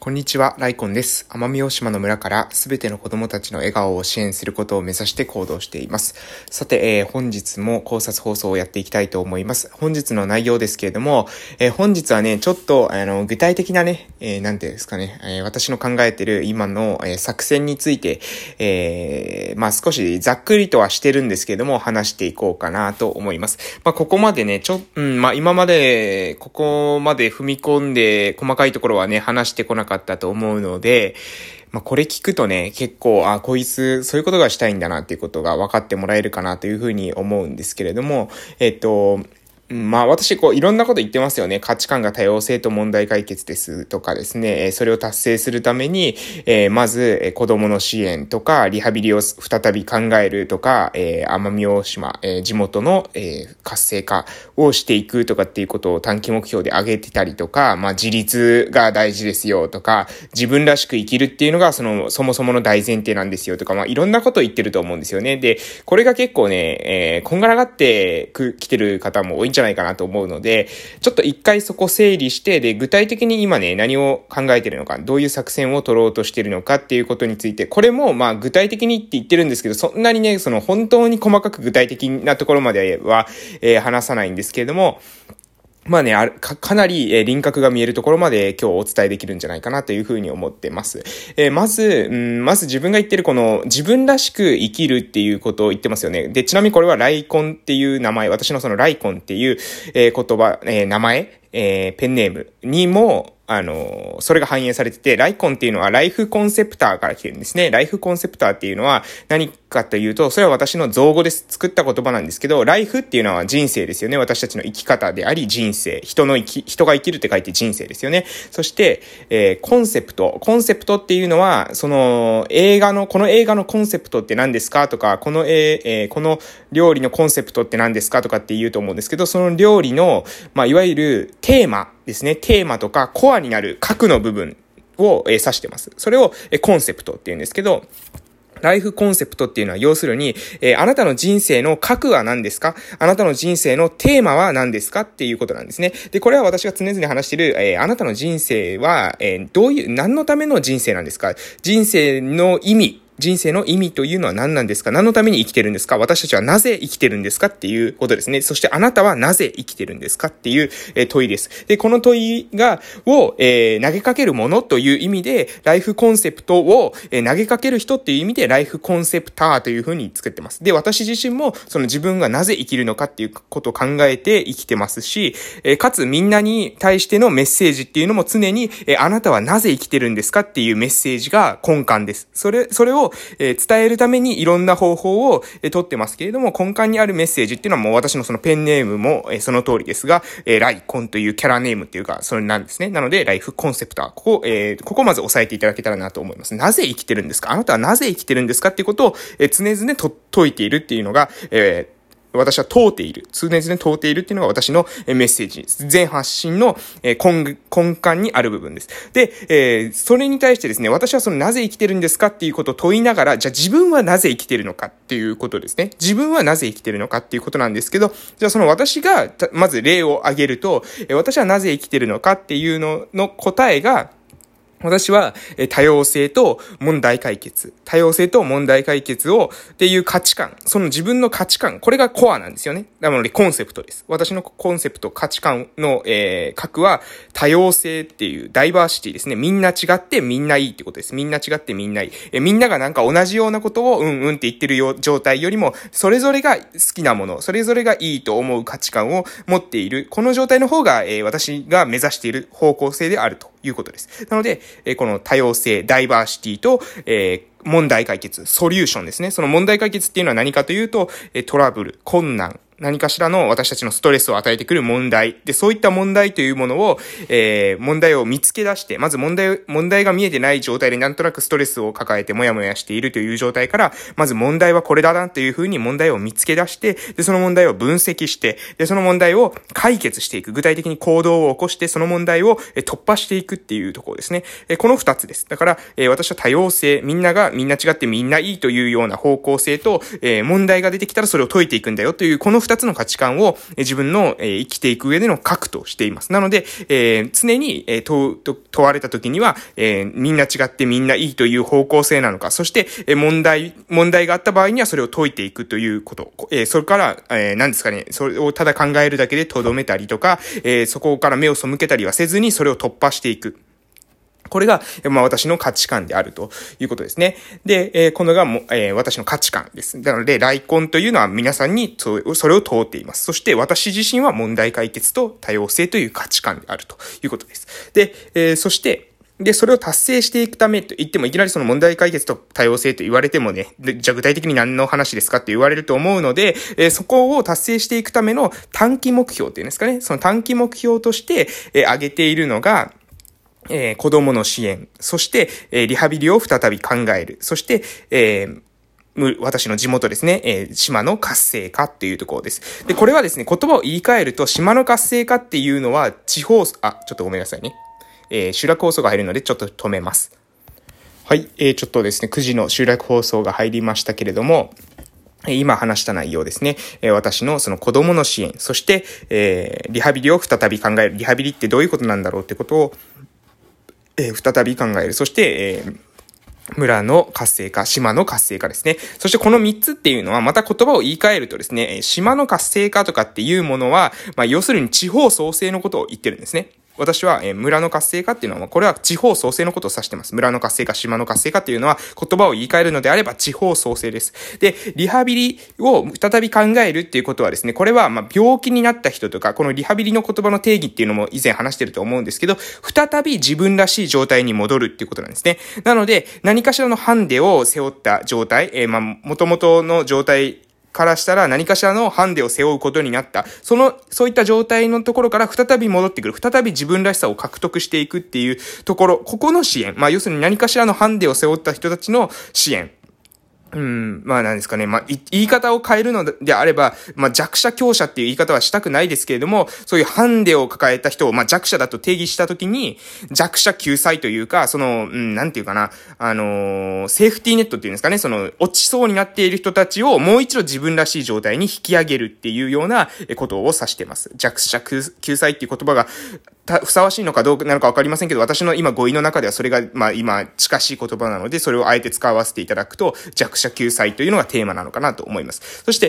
こんにちは、ライコンです。奄美大島の村からすべての子供たちの笑顔を支援することを目指して行動しています。さて、本日も考察放送をやっていきたいと思います。本日の内容ですけれども、本日はね、ちょっと具体的なね、なんていうんですかね、私の考えている今の、作戦について、少しざっくりとはしてるんですけれども、話していこうかなと思います。ここまでね、今までここまで踏み込んで細かいところはね、話してこなかったと思うので、これ聞くとね、結構、こいつ、そういうことがしたいんだなっていうことが分かってもらえるかなというふうに思うんですけれども、私、いろんなこと言ってますよね。価値観が多様性と問題解決ですとかですね、それを達成するために、まず、子供の支援とか、リハビリを再び考えるとか、奄美大島、地元の、活性化をしていくとかっていうことを短期目標で挙げてたりとか、自立が大事ですよとか、自分らしく生きるっていうのがそもそもの大前提なんですよとか、いろんなことを言ってると思うんですよね。で、これが結構ね、こんがらがってきてる方も多いんじゃないかなと思うので、ちょっと一回そこ整理して、で、具体的に今ね、何を考えてるのか、どういう作戦を取ろうとしてるのかっていうことについて、これも具体的にって言ってるんですけど、そんなにね、本当に細かく具体的なところまでは、話さないんですけれども、かなり輪郭が見えるところまで今日お伝えできるんじゃないかなというふうに思ってます。まず自分が言ってるこの自分らしく生きるっていうことを言ってますよね。で、ちなみにこれはライコンっていう名前、私のそのライコンっていう、言葉、名前、ペンネームにも、それが反映されてて、ライコンっていうのはライフコンセプターから来てるんですね。ライフコンセプターっていうのは何かというと、それは私の造語です。作った言葉なんですけど、ライフっていうのは人生ですよね。私たちの生き方であり人生。人が生きるって書いて人生ですよね。そして、コンセプトっていうのは、この映画のコンセプトって何ですかとか、この料理のコンセプトって何ですかとかって言うと思うんですけど、その料理の、いわゆるテーマですね。テーマとかコアになる核の部分を指してます。それをコンセプトって言うんですけど、ライフコンセプトっていうのは要するに、あなたの人生の核は何ですか？あなたの人生のテーマは何ですかっていうことなんですね。で、これは私が常々話している、あなたの人生は、何のための人生なんですか？人生の意味というのは何なんですか？何のために生きてるんですか？私たちはなぜ生きてるんですかっていうことですね。そしてあなたはなぜ生きてるんですかっていう、問いです。で、この問いを、投げかけるものという意味で、ライフコンセプトを、投げかける人っていう意味で、ライフコンセプターというふうに作ってます。で、私自身も、その自分がなぜ生きるのかっていうことを考えて生きてますし、かつみんなに対してのメッセージっていうのも常に、あなたはなぜ生きてるんですかっていうメッセージが根幹です。それを伝えるためにいろんな方法を取ってますけれども、根幹にあるメッセージっていうのはもう私のそのペンネームもその通りですが、ライコンというキャラネームっていうか、それなんですね。なので、ライフコンセプター。ここをまず押さえていただけたらなと思います。なぜ生きてるんですか？あなたはなぜ生きてるんですかっていうことを常々解いているっていうのが、私は常々問うているっていうのが私のメッセージです。全発信の根幹にある部分です。で、それに対してですね、私はそのなぜ生きてるんですかっていうことを問いながら、じゃあ自分はなぜ生きてるのかっていうことですね。自分はなぜ生きてるのかっていうことなんですけど、じゃあその私がまず例を挙げると、私はなぜ生きてるのかっていうのの答えが、私は多様性と問題解決をっていう価値観、その自分の価値観、これがコアなんですよね。なのでコンセプトです。私のコンセプト、価値観の核は多様性っていうダイバーシティですね。みんな違ってみんないいってことです。みんな違ってみんないい。みんながなんか同じようなことをって言ってる状態よりも、それぞれが好きなもの、それぞれがいいと思う価値観を持っている、この状態の方が私が目指している方向性であるということです。なので、この多様性、ダイバーシティと、問題解決、ソリューションですね。その問題解決っていうのは何かというと、トラブル、困難、何かしらの私たちのストレスを与えてくる問題。で、そういった問題というものを、問題を見つけ出して、まず問題が見えてない状態でなんとなくストレスを抱えてもやもやしているという状態から、まず問題はこれだなというふうに問題を見つけ出して、で、その問題を分析して、で、その問題を解決していく。具体的に行動を起こして、その問題を突破していくっていうところですね。この二つです。だから、私は多様性、みんながみんな違ってみんないいというような方向性と、問題が出てきたらそれを解いていくんだよという、この二つの価値観を、自分の、生きていく上での核としています。なので、常に、問われた時には、みんな違ってみんないいという方向性なのか、そして、問題があった場合にはそれを解いていくということ。それから、何ですかね、それをただ考えるだけで留めたりとか、そこから目を背けたりはせずにそれを突破していく。これが、私の価値観であるということですね。で、このが私の価値観です。なので、来婚というのは皆さんにそれを問うています。そして私自身は問題解決と多様性という価値観であるということです。で、そして、それを達成していくためと言っても、いきなりその問題解決と多様性と言われてもね、じゃあ具体的に何の話ですかって言われると思うので、そこを達成していくための短期目標っていうんですかね、その短期目標として、挙げているのが、子供の支援、そして、リハビリを再び考える、そして、私の地元ですね、島の活性化っていうところです。で、これはですね、言葉を言い換えると、島の活性化っていうのは、ちょっとごめんなさいね。集落放送が入るので、ちょっと止めます。はい、ちょっとですね、9時の集落放送が入りましたけれども、今話した内容ですね。私のその子供の支援、そして、リハビリを再び考える。リハビリってどういうことなんだろうってことを、再び考える。そして、村の活性化、島の活性化ですね。そしてこの3つっていうのは、また言葉を言い換えるとですね、島の活性化とかっていうものは、要するに地方創生のことを言ってるんですね。私は、村の活性化っていうのは、これは地方創生のことを指しています。村の活性化、島の活性化っていうのは、言葉を言い換えるのであれば地方創生です。で、リハビリを再び考えるっていうことはですね、これは、病気になった人とか、このリハビリの言葉の定義っていうのも以前話してると思うんですけど、再び自分らしい状態に戻るっていうことなんですね。なので、何かしらのハンデを背負った状態、元々の状態、からしたら何かしらのハンデを背負うことになった。そういった状態のところから再び戻ってくる。再び自分らしさを獲得していくっていうところ、ここの支援。要するに何かしらのハンデを背負った人たちの支援。なんですかね。言い方を変えるのであれば、弱者強者っていう言い方はしたくないですけれども、そういうハンデを抱えた人を、弱者だと定義したときに、弱者救済というか、なんていうかな、セーフティーネットっていうんですかね、落ちそうになっている人たちをもう一度自分らしい状態に引き上げるっていうようなことを指しています。弱者救済っていう言葉が、ふさわしいのかどうなのかわかりませんけど、私の今語彙の中ではそれが、今近しい言葉なので、それをあえて使わせていただくと、弱者救済というのがテーマなのかなと思います。そして、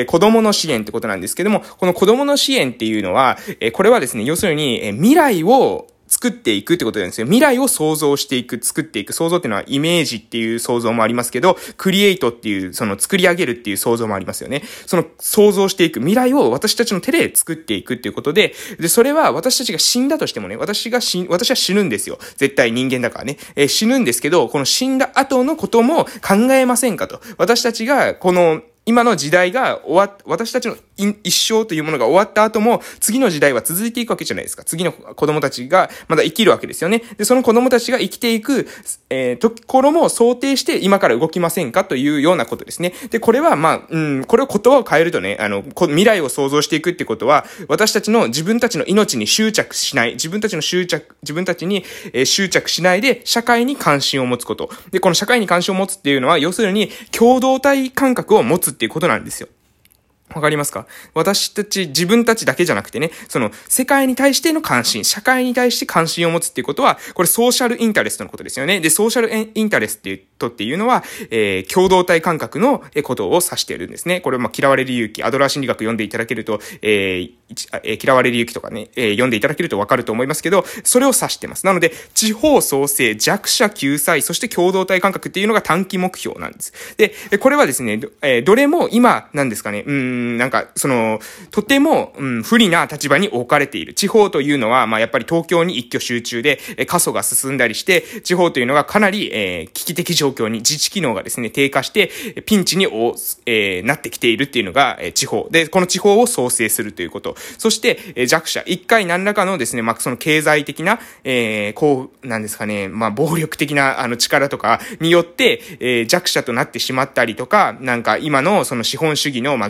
子供の支援ってことなんですけども、この子供の支援っていうのは、これはですね、要するに、未来を作っていくってことなんですよ。未来を想像していく、作っていく。想像っていうのはイメージっていう想像もありますけど、クリエイトっていう、作り上げるっていう想像もありますよね。想像していく。未来を私たちの手で作っていくっていうことで、それは私たちが死んだとしてもね、私は死ぬんですよ。絶対人間だからね。死ぬんですけど、この死んだ後のことも考えませんかと。私たちが、今の時代が私たちの一生というものが終わった後も、次の時代は続いていくわけじゃないですか。次の子供たちがまだ生きるわけですよね。で、その子供たちが生きていく、ところも想定して今から動きませんかというようなことですね。で、これはこれを言葉を変えるとね、未来を想像していくってことは、私たちの自分たちの命に執着しない、自分たちに執着しないで社会に関心を持つこと。で、この社会に関心を持つっていうのは、要するに共同体感覚を持つっていうことなんですよ。わかりますか？自分たちだけじゃなくてね、世界に対しての関心、社会に対して関心を持つっていうことは、これソーシャルインタレストのことですよね。で、ソーシャルインタレストっていうのは、共同体感覚のことを指しているんですね。これ嫌われる勇気、アドラー心理学読んでいただけると、嫌われる勇気とかね、読んでいただけるとわかると思いますけど、それを指してます。なので、地方創生、弱者救済、そして共同体感覚っていうのが短期目標なんです。で、これはですね、どれも今、なんですかね、とても、不利な立場に置かれている。地方というのは、やっぱり東京に一挙集中で、過疎が進んだりして、地方というのがかなり、危機的状況に、自治機能がですね、低下して、ピンチになってきているっていうのが、地方。で、この地方を創生するということ。そして、弱者。一回何らかのですね、経済的な、なんですかね、暴力的な、力とかによって、弱者となってしまったりとか、今の資本主義の、犠牲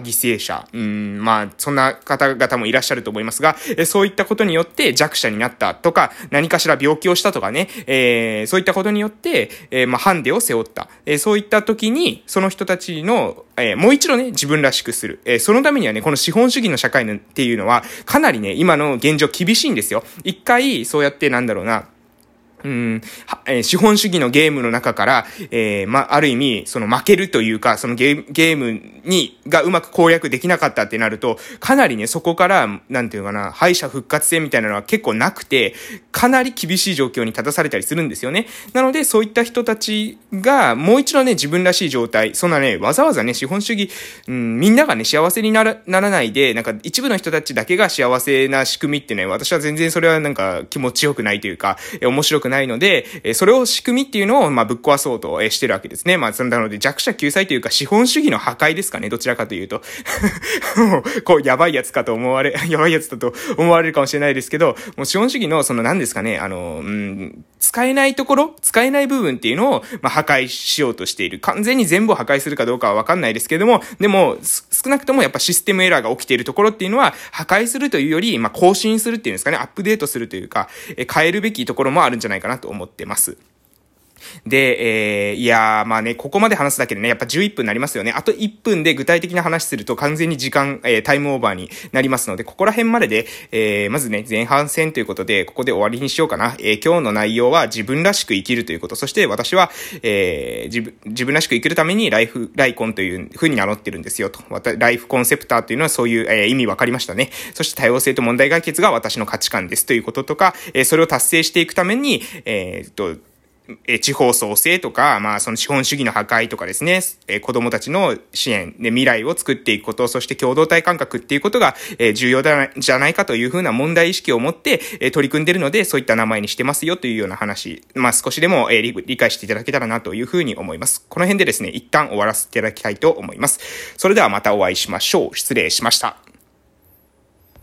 者、まあ、そんな方々もいらっしゃると思いますが、そういったことによって弱者になったとか、何かしら病気をしたとかね、そういったことによって、まあ、ハンデを背負った。そういった時に、その人たちの、もう一度ね、自分らしくする。そのためにはね、この資本主義の社会っていうのは、かなりね、今の現状厳しいんですよ。一回、そうやってなんだろうな、資本主義のゲームの中から、まあ、ある意味、その負けるというか、そのゲームがうまく攻略できなかったってなると、かなりね、そこから、なんていうかな、敗者復活戦みたいなのは結構なくて、かなり厳しい状況に立たされたりするんですよね。なので、そういった人たちが、もう一度ね、自分らしい状態、そんなね、わざわざね、資本主義、みんながね、幸せにならないで、なんか一部の人たちだけが幸せな仕組みってね、私は全然それはなんか気持ちよくないというか、面白くないので、それを仕組みっていうのを、まあ、ぶっ壊そうとしてるわけですね。まあ、なので弱者救済というか、資本主義の破壊ですかね、どちらかというと。こう、やばいやつだと思われるかもしれないですけど、もう資本主義の、何ですかね、使えないところ、使えない部分っていうのを、まあ、破壊しようとしている。完全に全部を破壊するかどうかはわかんないですけれども、でも、少なくともやっぱシステムエラーが起きているところっていうのは、破壊するというより、まあ、更新するっていうんですかね、アップデートするというか、変えるべきところもあるんじゃないかなと思ってます。で、いやー、まあね、ここまで話すだけでね、やっぱ11分になりますよね。あと1分で具体的な話すると完全に時間、タイムオーバーになりますので、ここら辺までで、まずね、前半戦ということで、ここで終わりにしようかな。今日の内容は自分らしく生きるということ。そして私は、自分らしく生きるためにライコンという風に名乗ってるんですよと。ライフコンセプターというのはそういう、意味わかりましたね。そして多様性と問題解決が私の価値観ですということとか、それを達成していくために、地方創生とか、まあその資本主義の破壊とかですね、子供たちの支援で未来を作っていくこと、そして共同体感覚っていうことが、重要じゃないかというふうな問題意識を持って、取り組んでいるので、そういった名前にしてますよというような話、まあ少しでも、理解していただけたらなというふうに思います。この辺でですね、一旦終わらせていただきたいと思います。それではまたお会いしましょう。失礼しました。